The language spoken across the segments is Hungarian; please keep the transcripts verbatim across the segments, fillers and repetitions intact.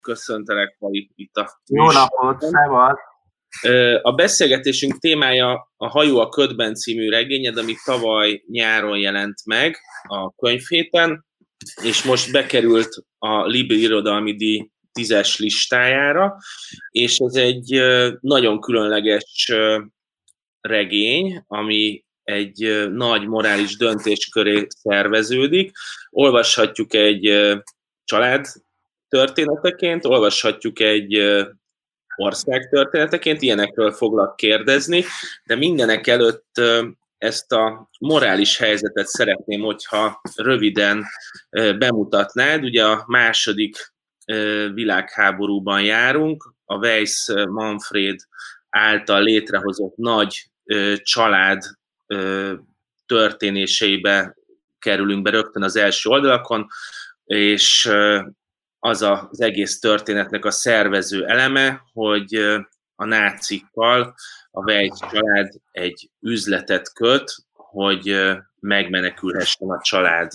Köszöntelek, Pali, itt a Jó napot, szevasz! A beszélgetésünk témája a Hajó a ködben című regényed, ami tavaly nyáron jelent meg a Könyvhéten, és most bekerült a Libri Irodalmi Díj tízes listájára, és ez egy nagyon különleges regény, ami egy nagy morális döntés köré szerveződik. Olvashatjuk egy család történeteként, olvashatjuk egy ország történeteként, ilyenekről foglak kérdezni, de mindenek előtt ezt a morális helyzetet szeretném, hogyha röviden bemutatnád. Ugye a második világháborúban járunk, a Weiss Manfred által létrehozott nagy család történéseibe kerülünk be rögtön az első oldalakon, és az az egész történetnek a szervező eleme, hogy a nácikkal a Weiss család egy üzletet köt, hogy megmenekülhessen a család.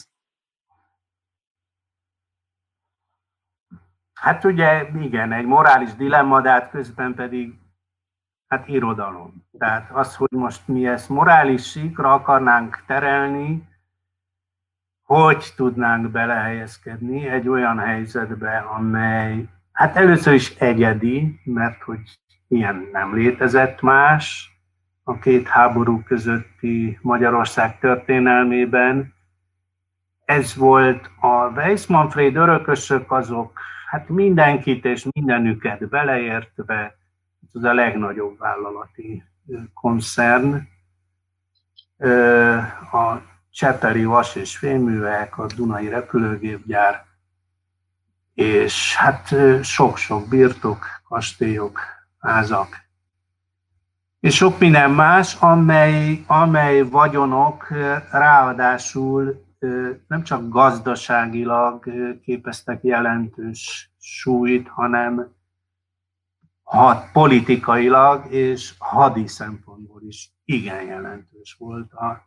Hát ugye igen, egy morális dilemma, de hát közben pedig hát irodalom. Tehát az, hogy most mi ezt morális síkra akarnánk terelni, hogy tudnánk belehelyezkedni egy olyan helyzetbe, amely hát először is egyedi, mert hogy ilyen nem létezett más a két háború közötti Magyarország történelmében. Ez volt a Weiss Manfred örökösök, azok hát mindenkit és mindenüket beleértve, ez a legnagyobb vállalati koncern. A Csepeli vas- és fémművek, a Dunai repülőgépgyár, és hát sok-sok birtok, kastélyok, házak, és sok minden más, amely, amely vagyonok ráadásul nem csak gazdaságilag képeztek jelentős súlyt, hanem had, politikailag és hadi szempontból is igen jelentős volt a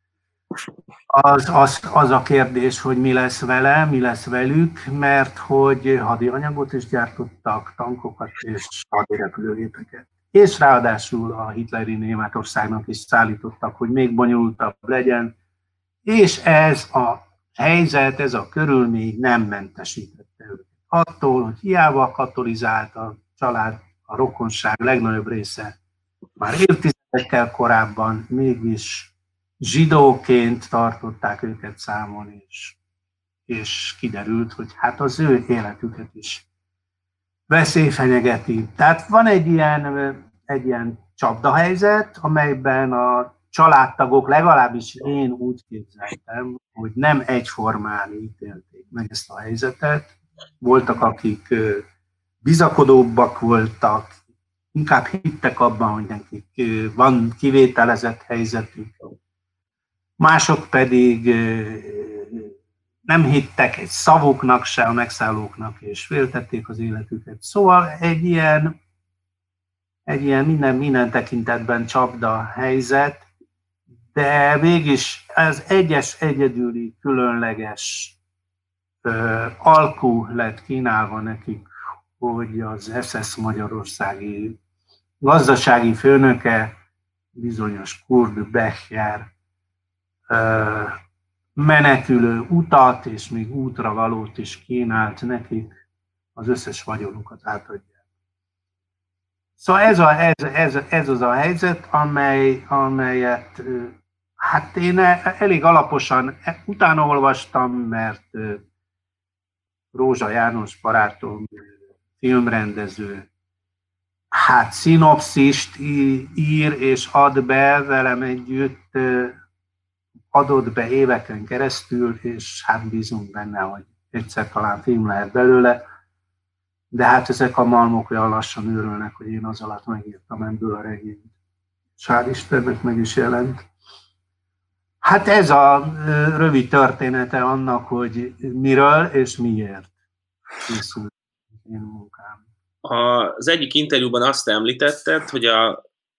Az, az, az a kérdés, hogy mi lesz vele, mi lesz velük, mert hogy hadi anyagot is gyártottak, tankokat és hadi repülőgépeket. És ráadásul a hitleri Németországnak is szállítottak, hogy még bonyolultabb legyen, és ez a helyzet, ez a körülmény nem mentesítette őket attól, hogy hiába katolizált a család, a rokonság legnagyobb része már évtizedekkel korábban, mégis zsidóként tartották őket számon, és, és kiderült, hogy hát az ő életüket is veszély fenyegeti. Tehát van egy ilyen, egy ilyen csapdahelyzet, amelyben a családtagok, legalábbis én úgy képzeltem, hogy nem egyformán ítélték meg ezt a helyzetet. Voltak, akik bizakodóbbak voltak, inkább hittek abban, hogy nekik van kivételezett helyzetük. Mások pedig nem hittek egy szavuknak se, a megszállóknak, és féltették az életüket. Szóval egy ilyen, egy ilyen minden, minden tekintetben csapda helyzet, de mégis az egyes, egyedüli, különleges ö, alkú lett kínálva nekik, hogy az es es magyarországi gazdasági főnöke, bizonyos Kurt Becher, menekülő utat és még útra valót is kínált nekik, az összes vagyonukat átadják. Szóval ez, a, ez, ez, ez az a helyzet, amely, amelyet hát én elég alaposan utána olvastam, mert Rózsa János barátom, filmrendező, hát szinopszist ír és ad be velem együtt, adott be éveken keresztül, és hát bízunk benne, hogy egyszer talán film lehet belőle, de hát ezek a malmok olyan lassan őrölnek, hogy én az alatt megírtam ebből a regényt. És hál' Istennek meg is jelent. Hát ez a rövid története annak, hogy miről és miért készült én munkám. Az egyik interjúban azt említetted, hogy a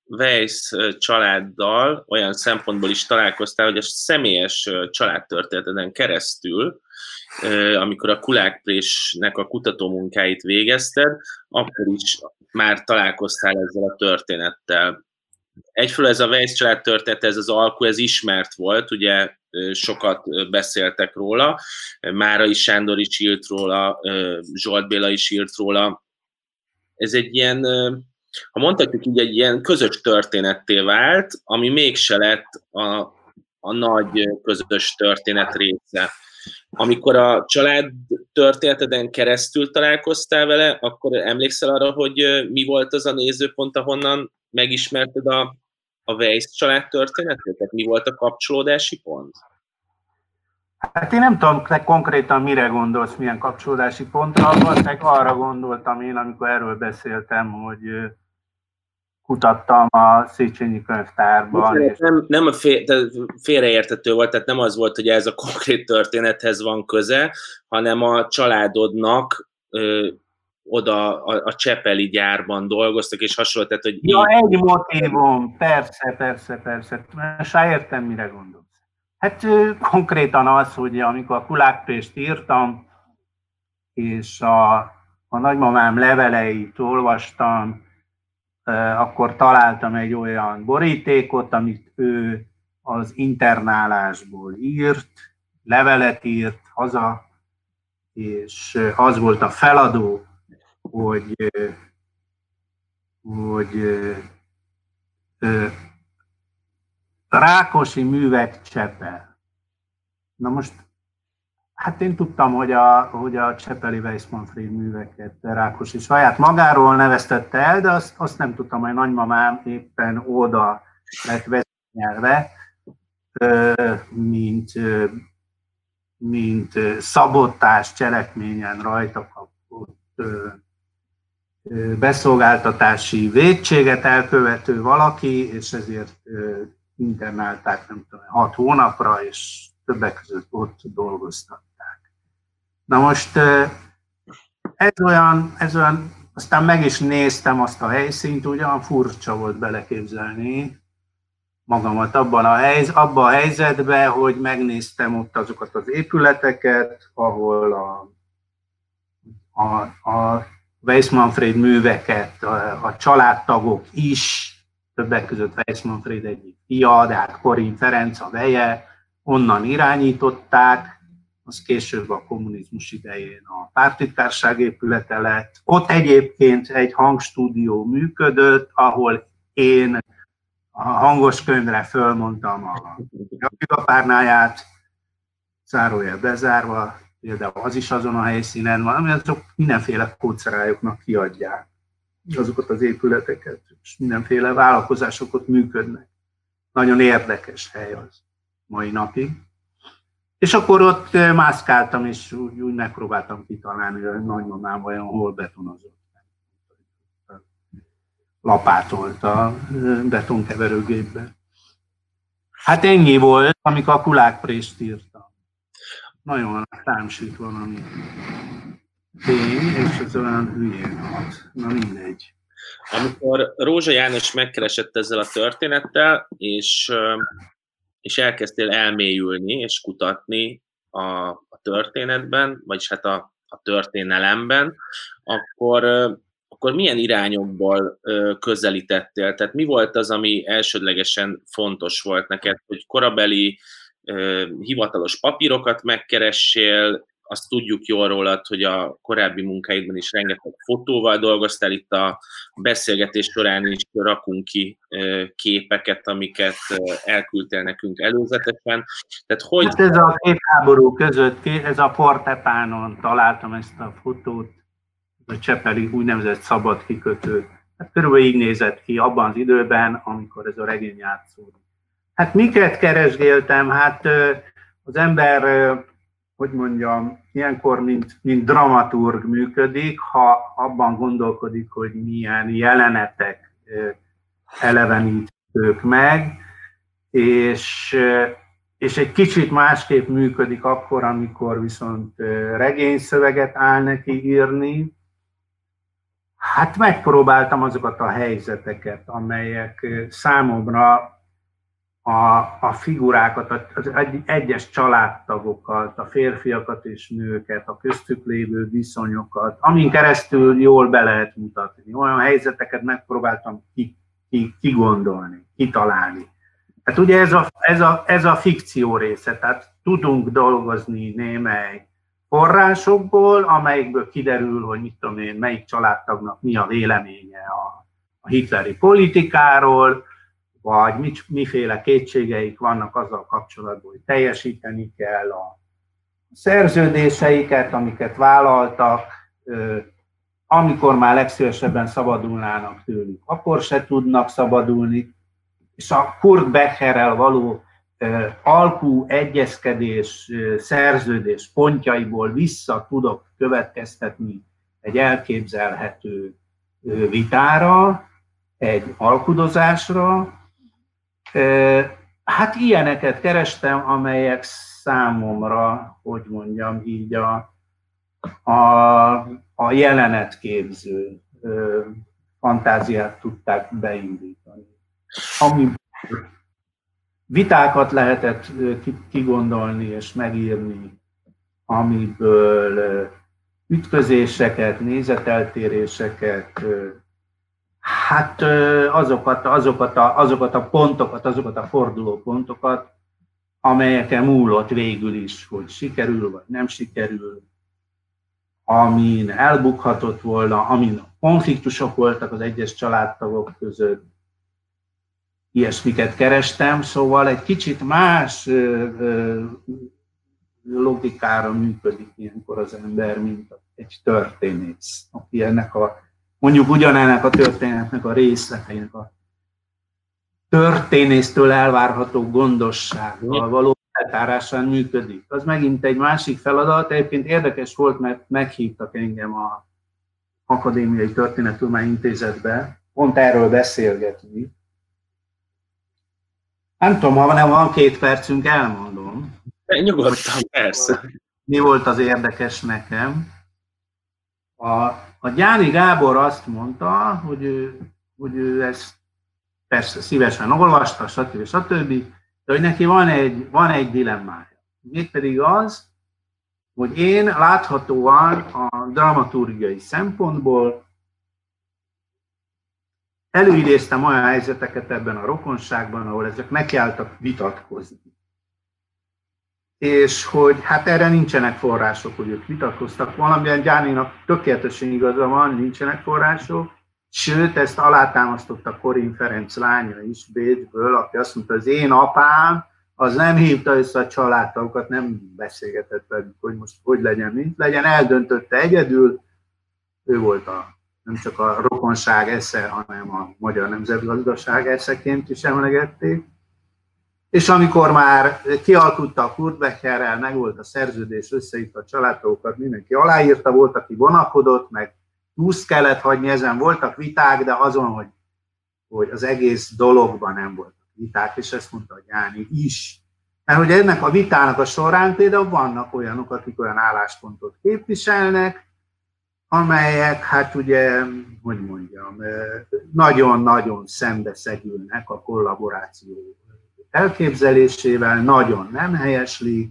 Weisz családdal olyan szempontból is találkoztál, hogy a személyes családtörténeteden keresztül, amikor a Kulák-présnek a kutatómunkáit végezted, akkor is már találkoztál ezzel a történettel. Egyfelől ez a Weisz család története, ez az alkú, ez ismert volt, ugye sokat beszéltek róla, Márai Sándor is írt róla, Zsolt Béla is írt róla. Ez egy ilyen, ha mondhatjuk így, egy ilyen közös történetté vált, ami mégse lett a, a nagy közös történet része. Amikor a család történeteden keresztül találkoztál vele, akkor emlékszel arra, hogy mi volt az a nézőpont, ahonnan megismerted a, a Weisz család történetét? Tehát mi volt a kapcsolódási pont? Hát én nem tudom, te konkrétan mire gondolsz, milyen kapcsolódási pontra, valószínűleg arra gondoltam én, amikor erről beszéltem, hogy kutattam a Széchenyi könyvtárban. És... Nem, nem a fél, félreértető volt, tehát nem az volt, hogy ez a konkrét történethez van köze, hanem a családodnak ö, oda a, a csepeli gyárban dolgoztak, és hasonló, tehát, hogy... Ja, így... egy motívum, persze, persze, persze. Most értem, mire gondolsz. Hát konkrétan az, hogy amikor a Kulák-prészt írtam, és a, a nagymamám leveleit olvastam, akkor találtam egy olyan borítékot, amit ő az internálásból írt, levelet írt haza, és az volt a feladó, hogy, hogy Rákosi művek Csepel. Na most, hát én tudtam, hogy a, hogy a csepeli Weisz Manfréd műveket Rákosi saját magáról neveztette el, de azt, azt nem tudtam, hogy nagymamám éppen oda lett vezényelve, mint, mint szabottás cselekményen rajta kapott beszolgáltatási vétséget elkövető valaki, és ezért internálták, nem tudom, hat hónapra, és többek között ott dolgoztatták. Na most ez olyan, ez olyan, aztán meg is néztem azt a helyszínt, ugyan furcsa volt beleképzelni magamat abban a, helyz, abban a helyzetben, hogy megnéztem ott azokat az épületeket, ahol a, a, a Weisz Manfréd műveket a, a családtagok is, többek között Weisz Manfréd egyik fia, de hát Korinn Ferenc a veje, onnan irányították, az később a kommunizmus idején a pártitkárság épülete lett. Ott egyébként egy hangstúdió működött, ahol én a hangos könyvre fölmondtam a Jagipárnáját, zárójel bezárva, például az is azon a helyszínen van, ami azok mindenféle kócerájuknak kiadják azokat az épületeket, és mindenféle vállalkozások ott működnek. Nagyon érdekes hely az mai napig. És akkor ott mászkáltam, és úgy, úgy megpróbáltam kitalálni, hogy a nagymamám vajon hol betonozott. Lapátolt a betonkeverőgépbe. Hát ennyi volt, amikor a Kulák-prészt írtam. Nagyon támsít valami tény, és ez olyan hülyén hat. Na mindegy. Amikor Rózsa János megkeresett ezzel a történettel, és, és elkezdtél elmélyülni és kutatni a, a történetben, vagyis hát a, a történelemben, akkor, akkor milyen irányokból közelítettél? Tehát mi volt az, ami elsődlegesen fontos volt neked, hogy korabeli hivatalos papírokat megkeressél, azt tudjuk jól rólad, hogy a korábbi munkáidban is rengeteg fotóval dolgoztál, itt a beszélgetés során is rakunk ki képeket, amiket elküldtél nekünk előzetesen. Tehát hogy... Hát ez a két háború között, ez a Fortepánon találtam ezt a fotót, a csepeli úgynevezett szabad kikötő. Hát körülbelül így nézett ki abban az időben, amikor ez a regény játszódott. Hát miket keresgéltem? Hát az ember, hogy mondjam, ilyenkor mint, mint dramaturg működik, ha abban gondolkodik, hogy milyen jelenetek elevenítők meg, és, és egy kicsit másképp működik akkor, amikor viszont regényszöveget áll neki írni. Hát megpróbáltam azokat a helyzeteket, amelyek számomra a, a figurákat, az egyes családtagokat, a férfiakat és nőket, a köztük lévő viszonyokat, amin keresztül jól be lehet mutatni. Olyan helyzeteket megpróbáltam ki, ki, kigondolni, kitalálni. Hát ugye ez a, ez, a, ez a fikció része, tehát tudunk dolgozni némely forrásokból, amelyikből kiderül, hogy mit tudom én, melyik családtagnak mi a véleménye a, a hitleri politikáról, vagy mit, miféle kétségeik vannak azzal kapcsolatban, hogy teljesíteni kell a szerződéseiket, amiket vállaltak, amikor már legszívesebben szabadulnának tőlük, akkor se tudnak szabadulni, és a Kurt Becherrel való alkú egyezkedés, szerződés pontjaiból vissza tudok következtetni egy elképzelhető vitára, egy alkudozásra. Hát ilyeneket kerestem, amelyek számomra, hogy mondjam így, a, a, a jelenetképző fantáziát tudták beindítani. Ami vitákat lehetett kigondolni és megírni, amiből ütközéseket, nézeteltéréseket, hát azokat, azokat, a, azokat a pontokat, azokat a fordulópontokat, amelyeken múlott végül is, hogy sikerül vagy nem sikerül, amin elbukhatott volna, amin konfliktusok voltak az egyes családtagok között, ilyesmiket kerestem, szóval egy kicsit más logikára működik ilyenkor az ember, mint egy történész, aki ennek a, mondjuk ugyanennek a történetnek a részleteinek a történésztől elvárható gondossággal való eltárásán működik. Az megint egy másik feladat, egyébként érdekes volt, mert meghívtak engem a Akadémiai Történettudományi Intézetbe, pont erről beszélgetni. Nem tudom, ha nem van két percünk, elmondom. Nyugodtan, persze. Mi volt az érdekes nekem? A, a Gyáni Gábor azt mondta, hogy ő, hogy ő ezt persze szívesen olvasta, stb. stb., de hogy neki van egy, van egy dilemmája. Mégpedig az, hogy én láthatóan a dramaturgiai szempontból előidéztem olyan helyzeteket ebben a rokonságban, ahol ezek nekiálltak vitatkozni. És hogy hát erre nincsenek források, hogy ők vitatkoztak. Valamilyen Gyáninak tökéletesen igaza van, nincsenek források. Sőt, ezt alátámasztotta Korin Ferenc lánya is Bécsből, aki azt mondta, az én apám, az nem hívta össze a családtagokat, nem beszélgetett velük, hogy most hogy legyen, mint legyen, eldöntötte egyedül, ő volt a, nem csak a rokonság esze, hanem a magyar nemzetgazdaság eszeként is emlegették. És amikor már kialkutta a Kurt Becherrel, meg volt a szerződés, összeírta a családtagokat, mindenki aláírta, volt, aki vonakodott, meg túsz kellett hagyni, ezen voltak viták, de azon, hogy, hogy az egész dologban nem voltak viták, és ezt mondta a Gyáni is. Mert hogy ennek a vitának a során például vannak olyanok, akik olyan álláspontot képviselnek, amelyek, hát ugye, hogy mondjam, nagyon-nagyon szembeszegülnek a kollaboráció elképzelésével, nagyon nem helyeslik,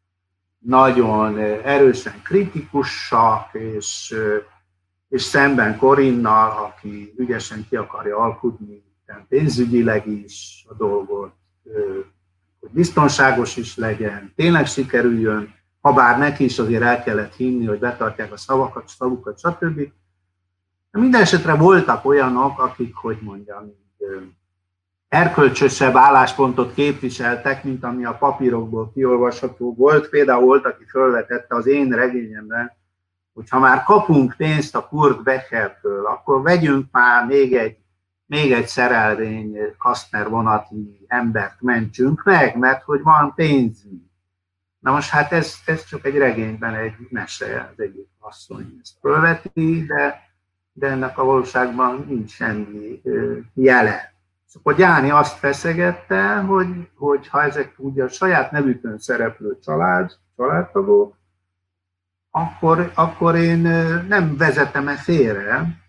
nagyon erősen kritikusak, és, és szemben Korinnal, aki ügyesen ki akarja alkudni pénzügyileg is a dolgot, hogy biztonságos is legyen, tényleg sikerüljön, ha bár neki is azért el kellett hinni, hogy betartják a szavakat, szavukat, stb. De minden esetre voltak olyanok, akik, hogy mondjam, erkölcsösebb álláspontot képviseltek, mint ami a papírokból kiolvasható volt. Például volt, aki felvetette az én regényemben, hogy ha már kapunk pénzt a Kurt Bechertől, akkor vegyünk már még egy, még egy szerelvény Kastner vonatnyi embert mentsünk meg, mert hogy van pénzünk. Na most hát ez, ez csak egy regényben egy mese, az egyik asszony ezt fölveti, de, de ennek a valóságban nincs semmi jele. Szóval Gyáni azt feszegette, hogy, hogy ha ezek ugye a saját nevükön szereplő család, családtagok, akkor, akkor én nem vezetem-e félre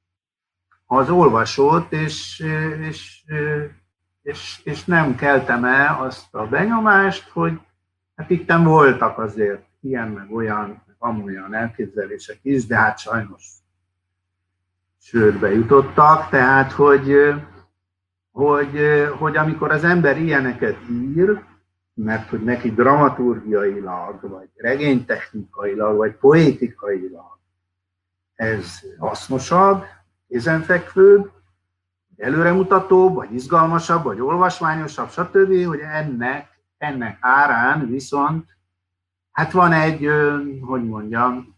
az olvasót, és, és, és, és nem keltem-e azt a benyomást, hogy hát itten voltak azért ilyen, meg olyan, meg amolyan elképzelések is, de hát sajnos sőtbe jutottak, tehát hogy, hogy, hogy amikor az ember ilyeneket ír, mert hogy neki dramaturgiailag, vagy regénytechnikailag, vagy poétikailag ez hasznosabb, kézenfekvőbb, előremutatóbb, vagy izgalmasabb, vagy olvasmányosabb, stb., hogy ennek, ennek árán viszont hát van egy, hogy mondjam,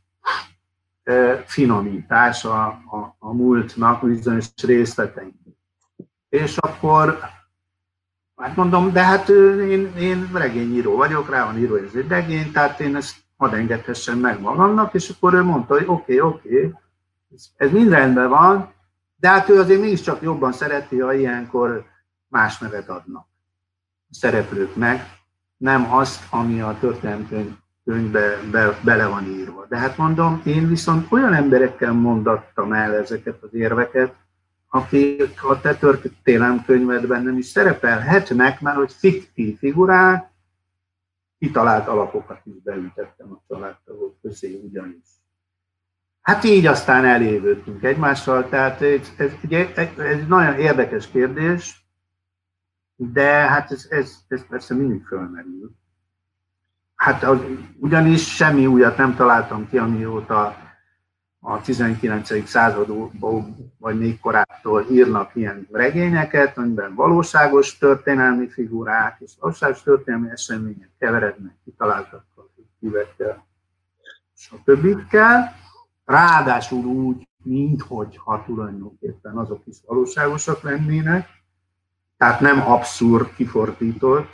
finomítás a, a, a múltnak bizonyos részleteiben. És akkor, hát mondom, de hát én, én regényíró vagyok, rá van írva ez egy regény, tehát én ezt hadd engedhessem meg magamnak, és akkor ő mondta, hogy oké, okay, oké, okay, ez, ez mind rendben van, de hát ő azért mégiscsak jobban szereti, ha ilyenkor más nevet adnak a szereplőknek, nem azt, ami a történelemkönyvbe be, bele van írva. De hát mondom, én viszont olyan emberekkel mondattam el ezeket az érveket, akik a te történelemkönyvedben nem is szerepelhetnek, mert hogy fiktív figurák, kitalált alapokat is beültettem a családtagok közé ugyanis. Hát így aztán elévődtünk egymással, tehát ez, ez, ez, ez egy nagyon érdekes kérdés, de hát ez, ez, ez persze mindig fölmerül. Hát az, ugyanis semmi újat nem találtam ki, amióta a tizenkilencedik században, vagy még korábbtól írnak ilyen regényeket, amiben valóságos történelmi figurák és valóságos történelmi események keverednek, kitaláltakkal, fiktívettel, stb. Ráadásul úgy, minthogyha tulajdonképpen azok is valóságosak lennének, tehát nem abszurd, kifordított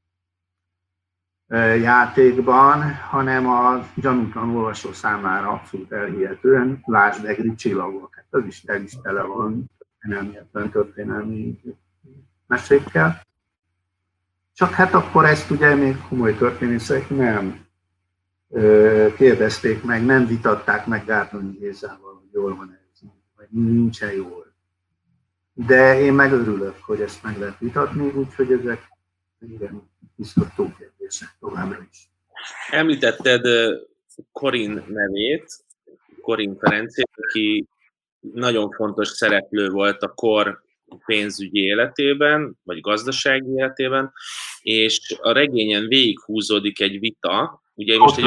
játékban, hanem a gyanútlan olvasó számára abszolút elhihetően, lásd egri csillagok, hát az is el is tele van történelmi, történelmi mesékkel. Csak hát akkor ezt ugye még komoly történészek nem kérdezték meg, nem vitatták meg Gárdonyi Gézával, hogy jól van ez, vagy nincsen jól. De én meg örülök, hogy ezt meg lehet vitatni, úgyhogy ezek igen biztató kérdések továbbra is. Említetted Korin nevét, Korin Ferencét, aki nagyon fontos szereplő volt a kor pénzügyi életében, vagy gazdasági életében, és a regényen végighúzódik egy vita. Ugye most egy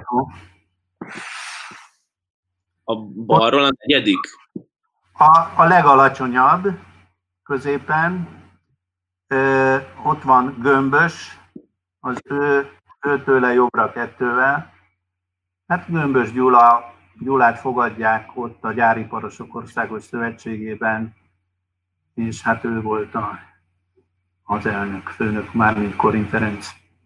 a balról a negyedik? A, a legalacsonyabb, középen, ö, ott van Gömbös, az ő, őtőle jobbra kettővel. Hát Gömbös Gyula, Gyulát fogadják ott a Gyáriparosok Országos Szövetségében, és hát ő volt a, az elnök, főnök, mármint Korin Ferenc.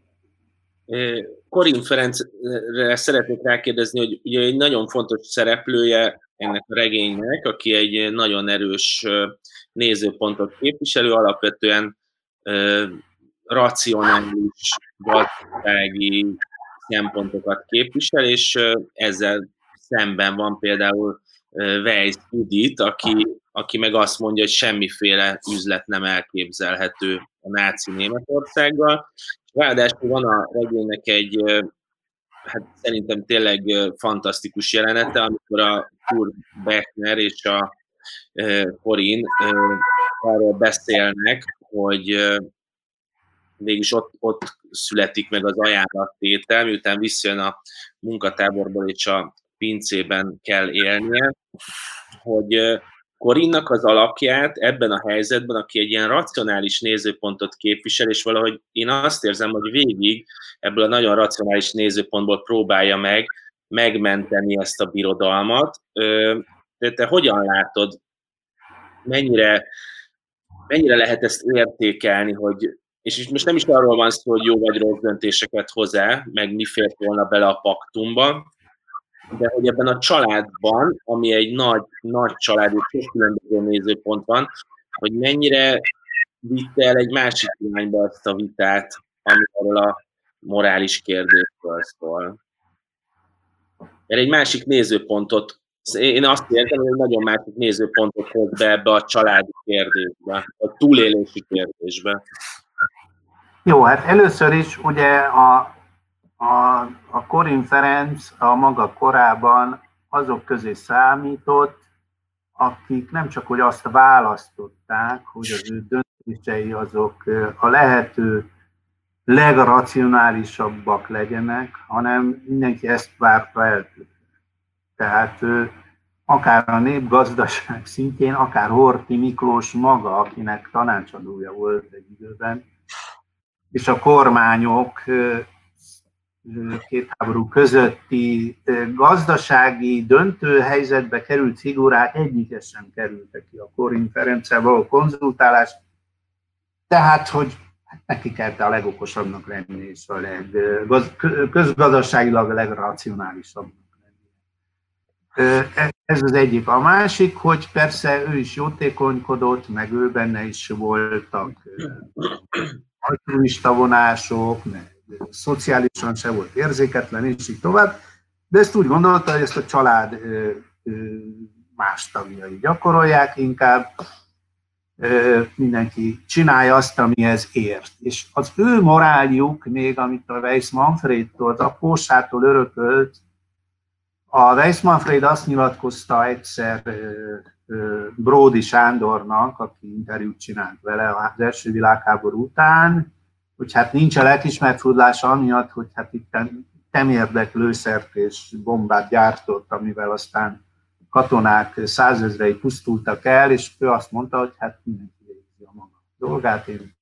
Korin Ferencre szeretnék rákérdezni, hogy ugye egy nagyon fontos szereplője ennek a regénynek, aki egy nagyon erős nézőpontot képviselő, alapvetően uh, racionális, gazdasági szempontokat képvisel, és uh, ezzel szemben van például uh, Weiss Judit, aki, aki meg azt mondja, hogy semmiféle üzlet nem elképzelhető a náci Németországgal. Ráadásul van a regénynek egy, hát szerintem tényleg fantasztikus jelenete, amikor a Kurt Beckner és a Korin arról beszélnek, hogy végülis ott, ott születik meg az ajánlattétel, miután visszajön a munkatáborból és a pincében kell élnie, hogy Korinnak az alakját ebben a helyzetben, aki egy ilyen racionális nézőpontot képvisel, és valahogy én azt érzem, hogy végig ebből a nagyon racionális nézőpontból próbálja meg megmenteni ezt a birodalmat. De te hogyan látod, mennyire, mennyire lehet ezt értékelni, hogy, és most nem is arról van szó, hogy jó vagy rossz döntéseket hoz-e, meg mi fért volna bele a paktumba, de hogy ebben a családban, ami egy nagy, nagy család, és sok különböző nézőpont van, hogy mennyire vitte el egy másik irányba azt a vitát, amiről a morális kérdésről szól. Mert egy másik nézőpontot, én azt értem, hogy nagyon másik nézőpontot hoz be ebbe a családi kérdésbe, a túlélési kérdésbe. Jó, hát először is ugye a, a, a Korinn Ferenc a maga korában azok közé számított, akik nem csak hogy azt választották, hogy az ő döntései azok a lehető legracionálisabbak legyenek, hanem mindenki ezt várta el. Tehát akár a népgazdaság szintjén, akár Horthy Miklós maga, akinek tanácsadója volt egy időben, és a kormányok két háború közötti gazdasági döntőhelyzetbe került figurák egyike sem kerültek ki a Korinn Ferenccel való konzultálás. Tehát, hogy neki kellett a legokosabbnak lenni, és a leg, közgazdaságilag a legracionálisabbnak lenni. Ez az egyik. A másik, hogy persze ő is jótékonykodott, meg ő benne is voltak altruista vonások, meg szociálisan se volt érzéketlen, és így tovább, de ezt úgy gondolta, hogy ezt a család más tagjai gyakorolják inkább, mindenki csinálja azt, amihez ért. És az ő moráljuk, még amit a Weiss Manfrédtól, az apósától örökölt, a Weiss Manfréd azt nyilatkozta egyszer Bródy Sándornak, aki interjút csinált vele az első világháború után, hogy hát nincs a lelkiismeret furdalása amiatt, hogy hát itt temérdek lőszert és bombát gyártott, amivel aztán katonák százezrei pusztultak el, és ő azt mondta, hogy hát mindenki végzi a maga dolgát. Én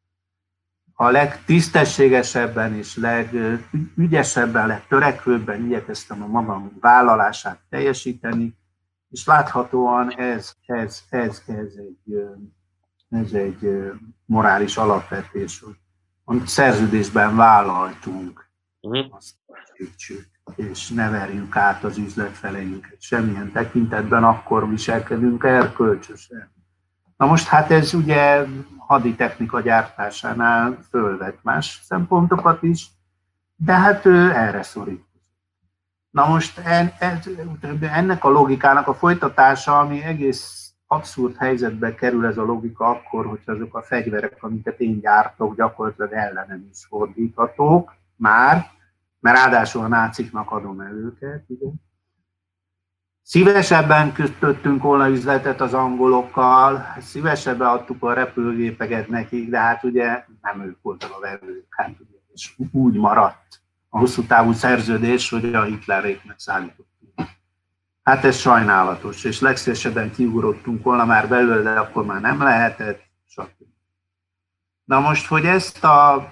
a legtisztességesebben és legügyesebben, legtörekvőbben igyekeztem a magam vállalását teljesíteni, és láthatóan ez, ez, ez, ez, egy, ez egy morális alapvetés, amit szerződésben vállaltunk, uh-huh. azt segítsük, és ne verjük át az üzletfeleinket. Semmilyen tekintetben akkor viselkedünk erkölcsösen. Na most hát ez ugye haditechnika gyártásánál fölvett más szempontokat is, de hát ő erre szorít. Na most ennek a logikának a folytatása, ami egész abszurd helyzetbe kerül ez a logika akkor, hogyha azok a fegyverek, amiket én gyártok, gyakorlatilag ellenem is fordíthatók már, mert ráadásul a náciknak adom el őket. Ugye? Szívesebben kötöttünk volna üzletet az angolokkal, szívesebben adtuk a repülőgépeket nekik, de hát ugye nem ők voltak a vevők, hát ugye, és úgy maradt a hosszú távú szerződés, hogy a Hitleréknek szállítottunk. Hát ez sajnálatos, és legszívesebben kiugrottunk volna már belőle, de akkor már nem lehetett, stb. Na most, hogy ezt a,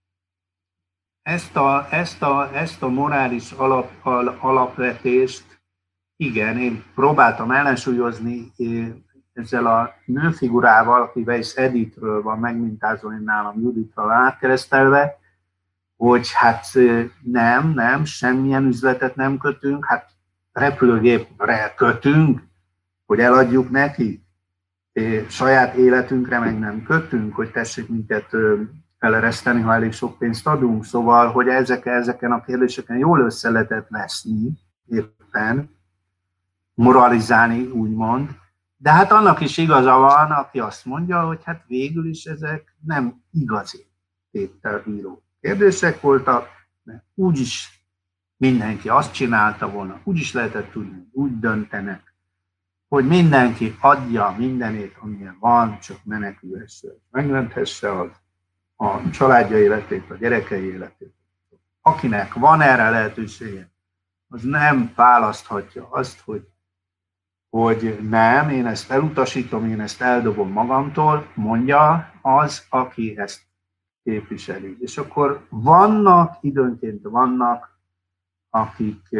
ezt a, ezt a, ezt a morális alap, alapvetést, igen, én próbáltam ellensúlyozni ezzel a nőfigurával, aki Weiss Edithről van megmintázva, én nálam Judithra átkeresztelve, hogy hát nem, nem, semmilyen üzletet nem kötünk, hát repülőgépre kötünk, hogy eladjuk neki, és saját életünkre meg nem kötünk, hogy tessék minket felereszteni, ha elég sok pénzt adunk. Szóval, hogy ezek, ezeken a kérdéseken jól össze lehetett veszni, éppen moralizálni, úgymond. De hát annak is igaza van, aki azt mondja, hogy hát végül is ezek nem igazi tételbíró kérdések voltak, mert úgyis mindenki azt csinálta volna, úgy is lehetett tudni, úgy döntenek, hogy mindenki adja mindenét, amilyen van, csak menekülhesse, megmenthesse az, a családja életét, a gyerekei életét. Akinek van erre lehetősége, az nem választhatja azt, hogy, hogy nem, én ezt elutasítom, én ezt eldobom magamtól, mondja az, aki ezt képviseli. És akkor vannak, időnként vannak, akik,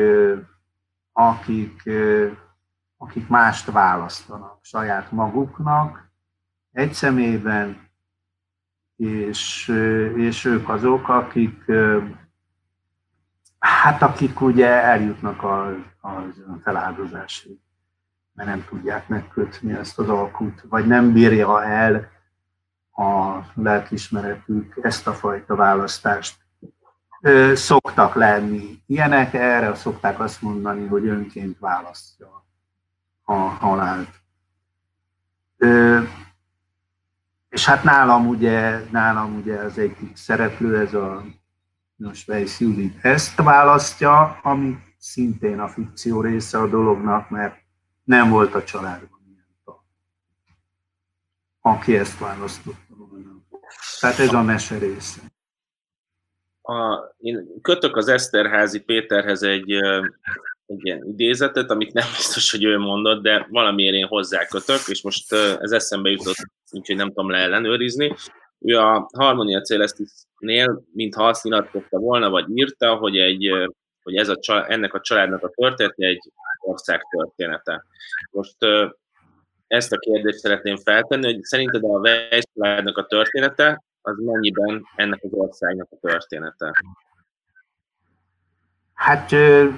akik, akik mást választanak saját maguknak, egy személyben, és, és ők azok, akik, hát akik ugye eljutnak a, a feláldozásig, mert nem tudják megkötni ezt az alkut, vagy nem bírja el a lelkiismeretük ezt a fajta választást. Szoktak lenni ilyenek, erre szokták azt mondani, hogy önként választja a halált. És hát nálam ugye, nálam ugye az egyik szereplő, ez a Svejsz Judit ezt választja, ami szintén a fikció része a dolognak, mert nem volt a családban ilyen tag, aki ezt választotta volna. Tehát ez a mese része. A, én kötök az Eszterházy Péterhez egy, egy ilyen idézetet, amit nem biztos, hogy ő mondott, de valamiért én hozzá kötök, és most ez eszembe jutott, úgyhogy nem tudom leellenőrizni. Ő a Harmonia Coelestis-nél, mintha azt nyilatkozta volna, vagy írta, hogy, egy, hogy ez a, ennek a családnak a története egy ország története. Most ezt a kérdést szeretném feltenni, hogy szerinted a Weiss családnak a története az mennyiben ennek az országnak a története? Hát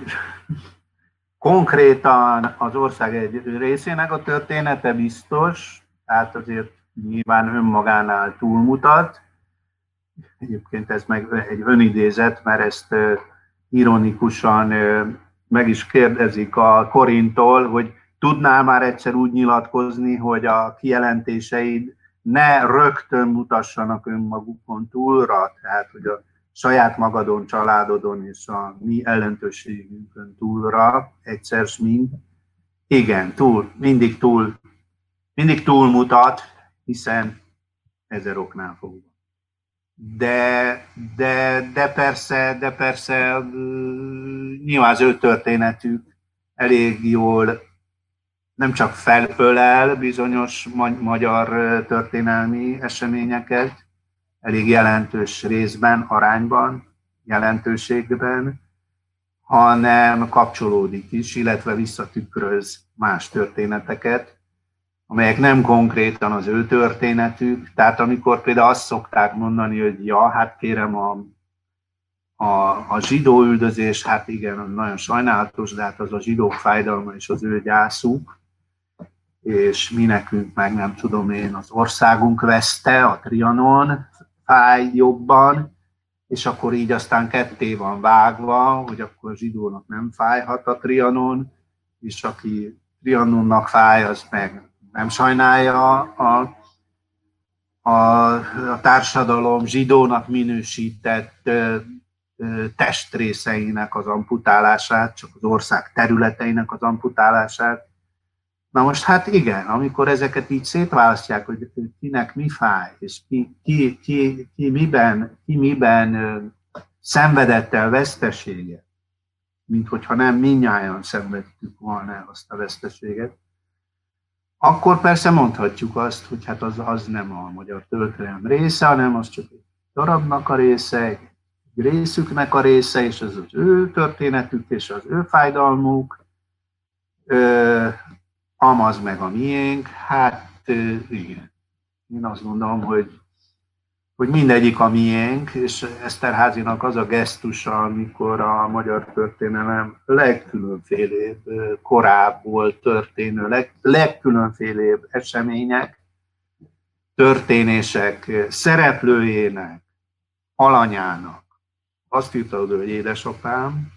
konkrétan az ország egy részének a története biztos, tehát azért nyilván önmagánál túlmutat. Egyébként ez meg egy önidézet, mert ezt ironikusan meg is kérdezik a Korintól, hogy tudnál már egyszer úgy nyilatkozni, hogy a kijelentéseid ne rögtön mutassanak önmagukon túlra, tehát hogy a saját magadon, családodon és a mi ellentőségünkön túlra egyszer mind. Igen, túl, mindig túl, mindig túlmutat, hiszen ezer oknál fogva. De, de, de persze, de persze nyilván az ő történetük elég jól nem csak felölel bizonyos magyar történelmi eseményeket, elég jelentős részben, arányban, jelentőségben, hanem kapcsolódik is, illetve visszatükröz más történeteket, amelyek nem konkrétan az ő történetük. Tehát amikor például azt szokták mondani, hogy ja, hát kérem, a, a, a zsidó üldözés, hát igen, nagyon sajnálatos, de hát az a zsidók fájdalma és az ő gyászuk, és mi nekünk meg nem tudom én, az országunk veszte, a Trianon fáj jobban, és akkor így aztán ketté van vágva, hogy akkor a zsidónak nem fájhat a Trianon, és aki Trianonnak fáj, az meg nem sajnálja a, a, a társadalom zsidónak minősített ö, ö, testrészeinek az amputálását, csak az ország területeinek az amputálását. Na most hát igen, amikor ezeket így szétválasztják, hogy kinek mi fáj, és ki, ki, ki, ki miben, ki miben ö, szenvedett el veszteséget, mint hogyha nem mindnyájan szenvedtük volna azt a veszteséget, akkor persze mondhatjuk azt, hogy hát az, az nem a magyar történelem része, hanem az csak egy darabnak a része, egy részüknek a része, és az az ő történetük, és az ő fájdalmuk, ö, amaz meg a miénk. Hát ö, igen, én azt gondolom, hogy, hogy mindegyik a miénk, és Eszterházynak az a gesztusa, amikor a magyar történelem legkülönfélébb korábból történő, leg, legkülönfélébb események, történések szereplőjének, alanyának azt írta oda, hogy édesapám,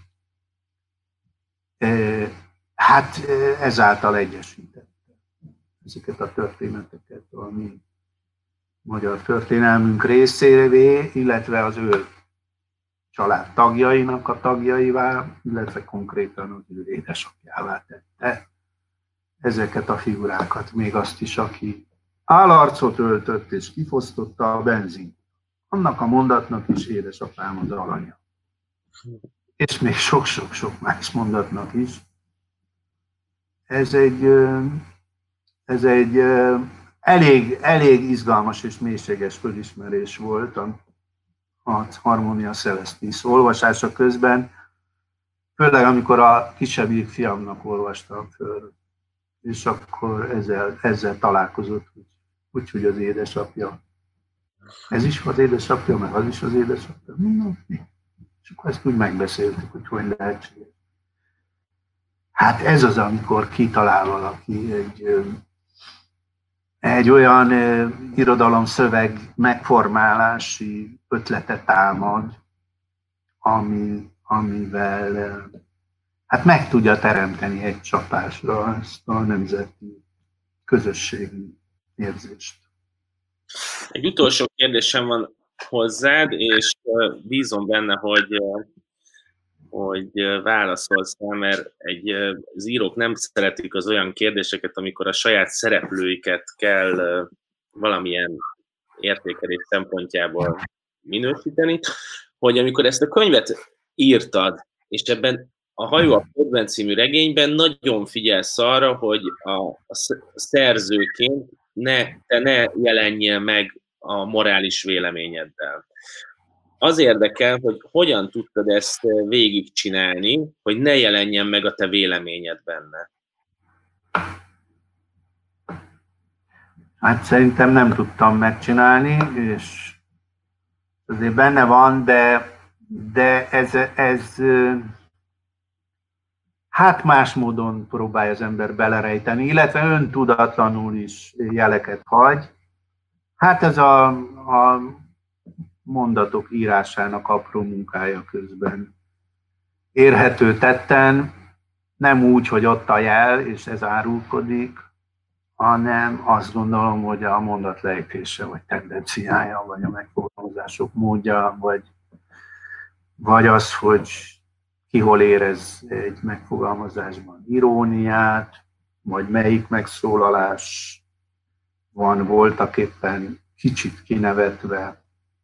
hát ezáltal egyesítette ezeket a történeteket, ami magyar történelmünk részévé, illetve az ő család tagjainak a tagjaivá, illetve konkrétan az ő édesapjává tette ezeket a figurákat, még azt is, aki állarcot öltött és kifosztotta a benzint. Annak a mondatnak is édesapám az alanya. És még sok-sok-sok más mondatnak is. Ez egy, ez egy elég, elég izgalmas és mélységes fölismerés volt a, a Harmonia Coelestis olvasása közben, főleg amikor a kisebbik fiamnak olvastam föl, és akkor ezzel, ezzel találkozott, úgyhogy az édesapja. Ez is az édesapja, meg az is az édesapja. És akkor ezt úgy megbeszéltük, hogy hogy lehetséges. Hát ez az, amikor kitalál valaki egy, egy olyan irodalomszöveg megformálási ötletet támad, ami, amivel hát meg tudja teremteni egy csapásra ezt a nemzeti közösségi érzést. Egy utolsó kérdésem van hozzád, és bízom benne, hogy, hogy válaszolsz rá, mert egy, az írók nem szeretik az olyan kérdéseket, amikor a saját szereplőiket kell valamilyen értékelés szempontjából minősíteni, hogy amikor ezt a könyvet írtad, és ebben a Hajó a Ködben című regényben nagyon figyelsz arra, hogy a, a szerzőként ne, te ne jelenjél meg a morális véleményeddel. Az érdekel, hogy hogyan tudtad ezt végigcsinálni, hogy ne jelenjen meg a te véleményed benne. Hát szerintem nem tudtam megcsinálni, és azért benne van, de, de ez, ez hát más módon próbálja az ember belerejteni, illetve öntudatlanul is jeleket hagy. Hát ez a, a mondatok írásának apró munkája közben érhető tetten, nem úgy, hogy ott a jel, és ez árulkodik, hanem azt gondolom, hogy a mondat lejtése, vagy tendenciája, vagy a megfogalmazások módja, vagy, vagy az, hogy ki hol érez egy megfogalmazásban iróniát, vagy melyik megszólalás van voltak éppen kicsit kinevetve,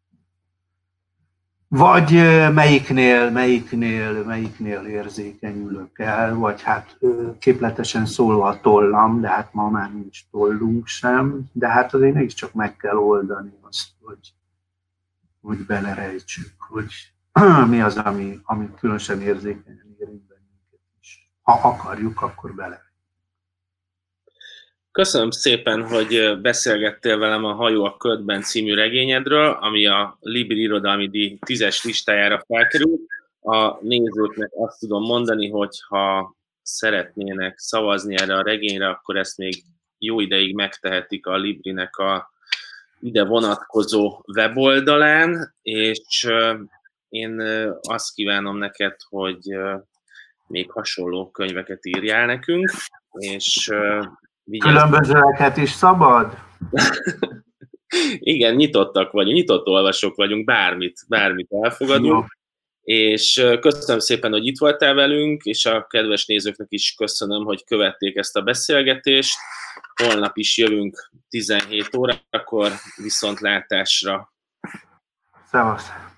vagy melyiknél, melyiknél, melyiknél érzékenyülök el, vagy hát képletesen szólva a tollam, de hát ma már nincs tollunk sem, de hát azért mégiscsak meg kell oldani azt, hogy, hogy belerejtsük, hogy mi az, ami, ami különösen érzékenyen érint bennünket is. Ha akarjuk, akkor bele. Köszönöm szépen, hogy beszélgettél velem a Hajó a Ködben című regényedről, ami a Libri Irodalmi Díj tízes listájára felkerült. A nézőknek azt tudom mondani, hogy ha szeretnének szavazni erre a regényre, akkor ezt még jó ideig megtehetik a Librinek a ide vonatkozó weboldalán, és én azt kívánom neked, hogy még hasonló könyveket írjál nekünk, és különbözőeket is szabad? Igen, nyitottak vagyunk, nyitott olvasók vagyunk, bármit, bármit elfogadunk. Jó. És köszönöm szépen, hogy itt voltál velünk, és a kedves nézőknek is köszönöm, hogy követték ezt a beszélgetést. Holnap is jövünk tizenhét órakor, viszontlátásra. Szevasz!